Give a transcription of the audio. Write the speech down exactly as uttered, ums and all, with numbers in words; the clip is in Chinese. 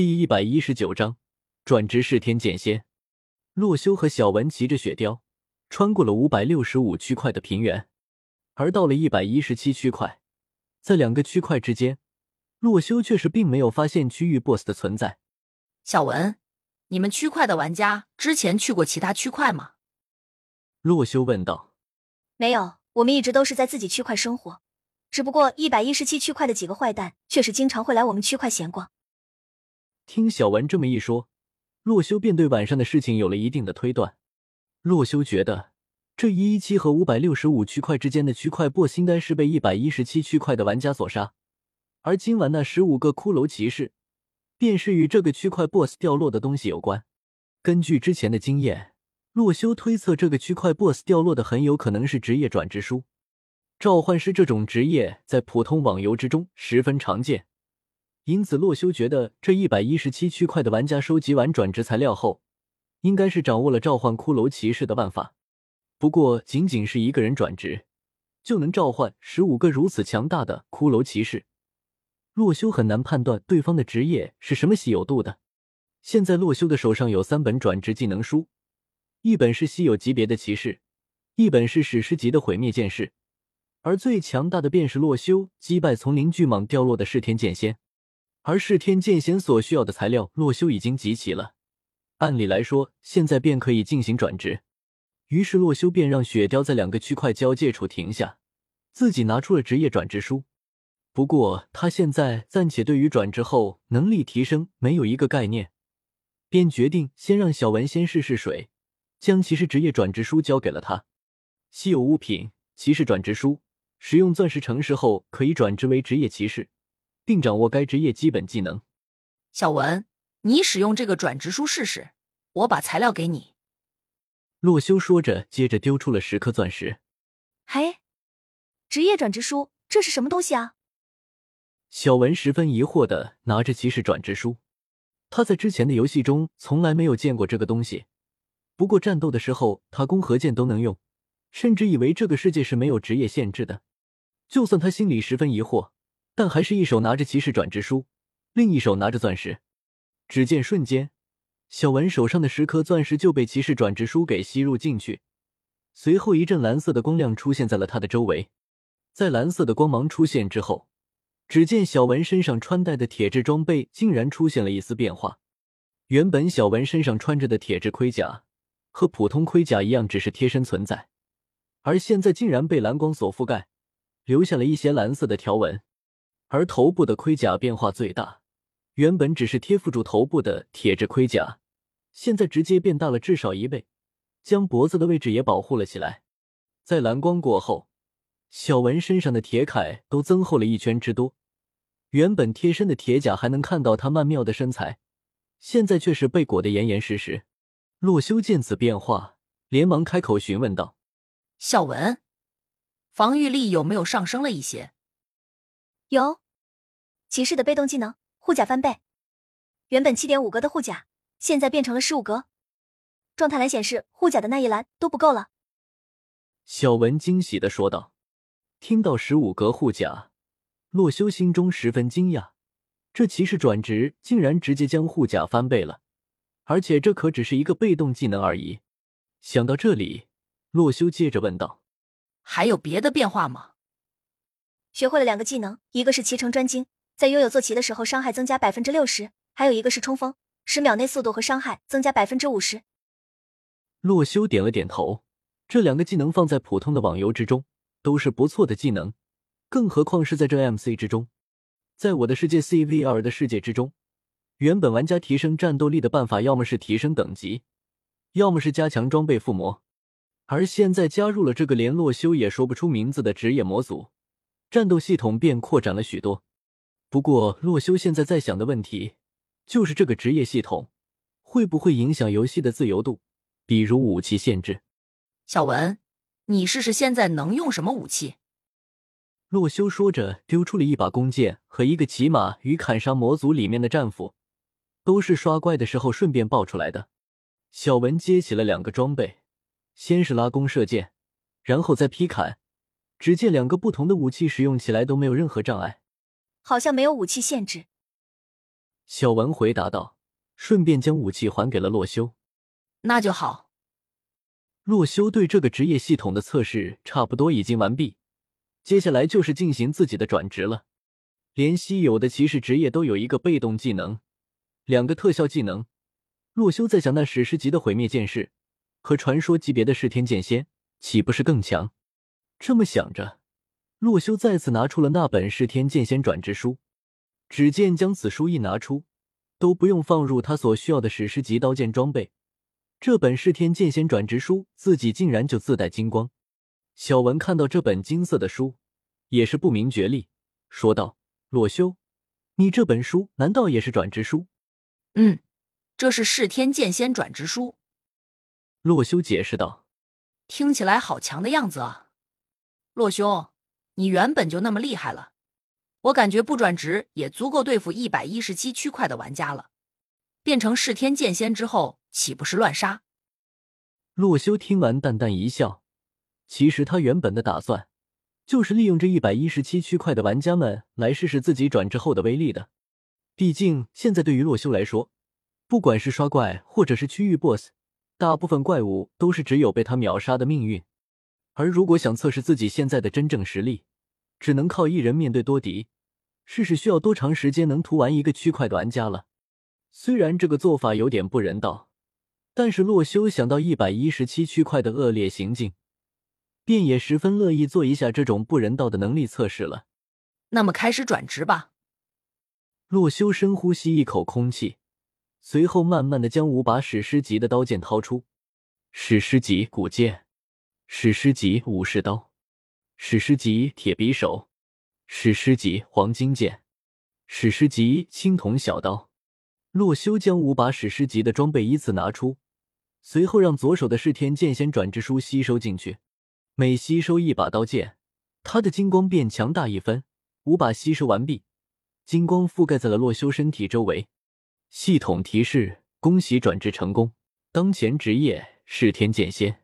第一百一十九章转职弑天剑仙。洛修和小文骑着雪貂穿过了五百六十五区块的平原，而到了一百一十七区块，在两个区块之间，洛修却是并没有发现区域 boss 的存在。 小文，你们区块的玩家之前去过其他区块吗？ 洛修问道。 没有，我们一直都是在自己区块生活，只不过一百一十七区块的几个坏蛋却是经常会来我们区块闲逛。 听小文这么一说，洛修便对晚上的事情有了一定的推断。洛修觉得这一一七和五百六十五区块之间的区块 boss 应该是被一百一十七区块的玩家所杀，而今晚那十五个骷髅骑士便是与这个区块 boss 掉落的东西有关。根据之前的经验，洛修推测这个区块 boss 掉落的很有可能是职业转职书。召唤师这种职业在普通网游之中十分常见，因此洛修觉得这一百一十七区块的玩家收集完转职材料后，应该是掌握了召唤骷髅骑士的办法。不过仅仅是一个人转职就能召唤十五个如此强大的骷髅骑士，洛修很难判断对方的职业是什么稀有度的。现在洛修的手上有三本转职技能书，一本是稀有级别的骑士，一本是史诗级的毁灭剑士，而最强大的便是洛修击败从灵巨蟒掉落的弑天剑仙。而弑天剑仙所需要的材料洛修已经集齐了，按理来说现在便可以进行转职。于是洛修便让雪貂在两个区块交界处停下，自己拿出了职业转职书。不过他现在暂且对于转职后能力提升没有一个概念，便决定先让小文先试试水，将骑士职业转职书交给了他。稀有物品骑士转职书，使用钻石城市后可以转职为职业骑士，并掌握该职业基本技能。 小文，你使用这个转职书试试，我把材料给你。 洛修说着，接着丢出了十颗钻石。 嘿，职业转职书，这是什么东西啊？ 小文十分疑惑地拿着骑士转职书，他在之前的游戏中从来没有见过这个东西，不过战斗的时候他弓和箭都能用，甚至以为这个世界是没有职业限制的。就算他心里十分疑惑，但还是一手拿着骑士转职书，另一手拿着钻石。只见瞬间，小文手上的十颗钻石就被骑士转职书给吸入进去，随后一阵蓝色的光亮出现在了他的周围。在蓝色的光芒出现之后，只见小文身上穿戴的铁质装备竟然出现了一丝变化。原本小文身上穿着的铁质盔甲和普通盔甲一样，只是贴身存在，而现在竟然被蓝光所覆盖，留下了一些蓝色的条纹。而头部的盔甲变化最大，原本只是贴附住头部的铁质盔甲，现在直接变大了至少一倍，将脖子的位置也保护了起来。在蓝光过后，小文身上的铁铠都增厚了一圈之多，原本贴身的铁甲还能看到他曼妙的身材，现在却是被裹得严严实实。洛修见此变化，连忙开口询问道： 小文，防御力有没有上升了一些？ 有，骑士的被动技能护甲翻倍，原本 七点五 格的护甲现在变成了十五格，状态栏显示护甲的那一栏都不够了。 小文惊喜地说道。听到十五格护甲，洛修心中十分惊讶，这骑士转职竟然直接将护甲翻倍了，而且这可只是一个被动技能而已。想到这里，洛修接着问道： 还有别的变化吗？ 学会了两个技能，一个是骑乘专精，在拥有坐骑的时候伤害增加 百分之六十， 还有一个是冲锋，十秒内速度和伤害增加 百分之五十。 洛修点了点头，这两个技能放在普通的网游之中都是不错的技能，更何况是在这 M C 之中。在我的世界 C V R 的世界之中，原本玩家提升战斗力的办法要么是提升等级，要么是加强装备附魔，而现在加入了这个连洛修也说不出名字的职业模组，战斗系统便扩展了许多。不过洛修现在在想的问题就是这个职业系统会不会影响游戏的自由度，比如武器限制。 小文，你试试现在能用什么武器？ 洛修说着丢出了一把弓箭和一个骑马与砍杀模组里面的战斧，都是刷怪的时候顺便爆出来的。小文接起了两个装备，先是拉弓射箭，然后再劈砍，只见两个不同的武器使用起来都没有任何障碍， 好像没有武器限制。 小文回答道，顺便将武器还给了洛修。 那就好。 洛修对这个职业系统的测试差不多已经完毕，接下来就是进行自己的转职了。连稀有的骑士职业都有一个被动技能，两个特效技能。洛修在想，那史诗级的毁灭剑士和传说级别的噬天剑仙岂不是更强？这么想着，洛修再次拿出了那本噬天剑仙转职书。只见将此书一拿出，都不用放入他所需要的史诗级刀剑装备，这本噬天剑仙转职书自己竟然就自带金光。小文看到这本金色的书，也是不明觉厉，说道：“洛修，你这本书难道也是转职书？”“ 嗯，这是噬天剑仙转职书。” 洛修解释道。 “听起来好强的样子啊。洛兄，你原本就那么厉害了，我感觉不转职也足够对付一百一十七区块的玩家了。变成噬天剑仙之后，岂不是乱杀？” 洛修听完淡淡一笑，其实他原本的打算就是利用这一百一十七区块的玩家们来试试自己转职后的威力的。毕竟现在对于洛修来说，不管是刷怪或者是区域 boss， 大部分怪物都是只有被他秒杀的命运。而如果想测试自己现在的真正实力，只能靠一人面对多敌，试试需要多长时间能屠完一个区块的玩家了。虽然这个做法有点不人道，但是洛修想到一百一十七区块的恶劣行径，便也十分乐意做一下这种不人道的能力测试了。 那么开始转职吧。 洛修深呼吸一口空气，随后慢慢的将五把史诗级的刀剑掏出。史诗级古剑，史诗级武士刀，史诗级铁匕首，史诗级黄金剑，史诗级青铜小刀。洛修将五把史诗级的装备依次拿出，随后让左手的噬天剑仙转职书吸收进去。每吸收一把刀剑，他的金光便强大一分。五把吸收完毕，金光覆盖在了洛修身体周围。系统提示：恭喜转职成功，当前职业噬天剑仙。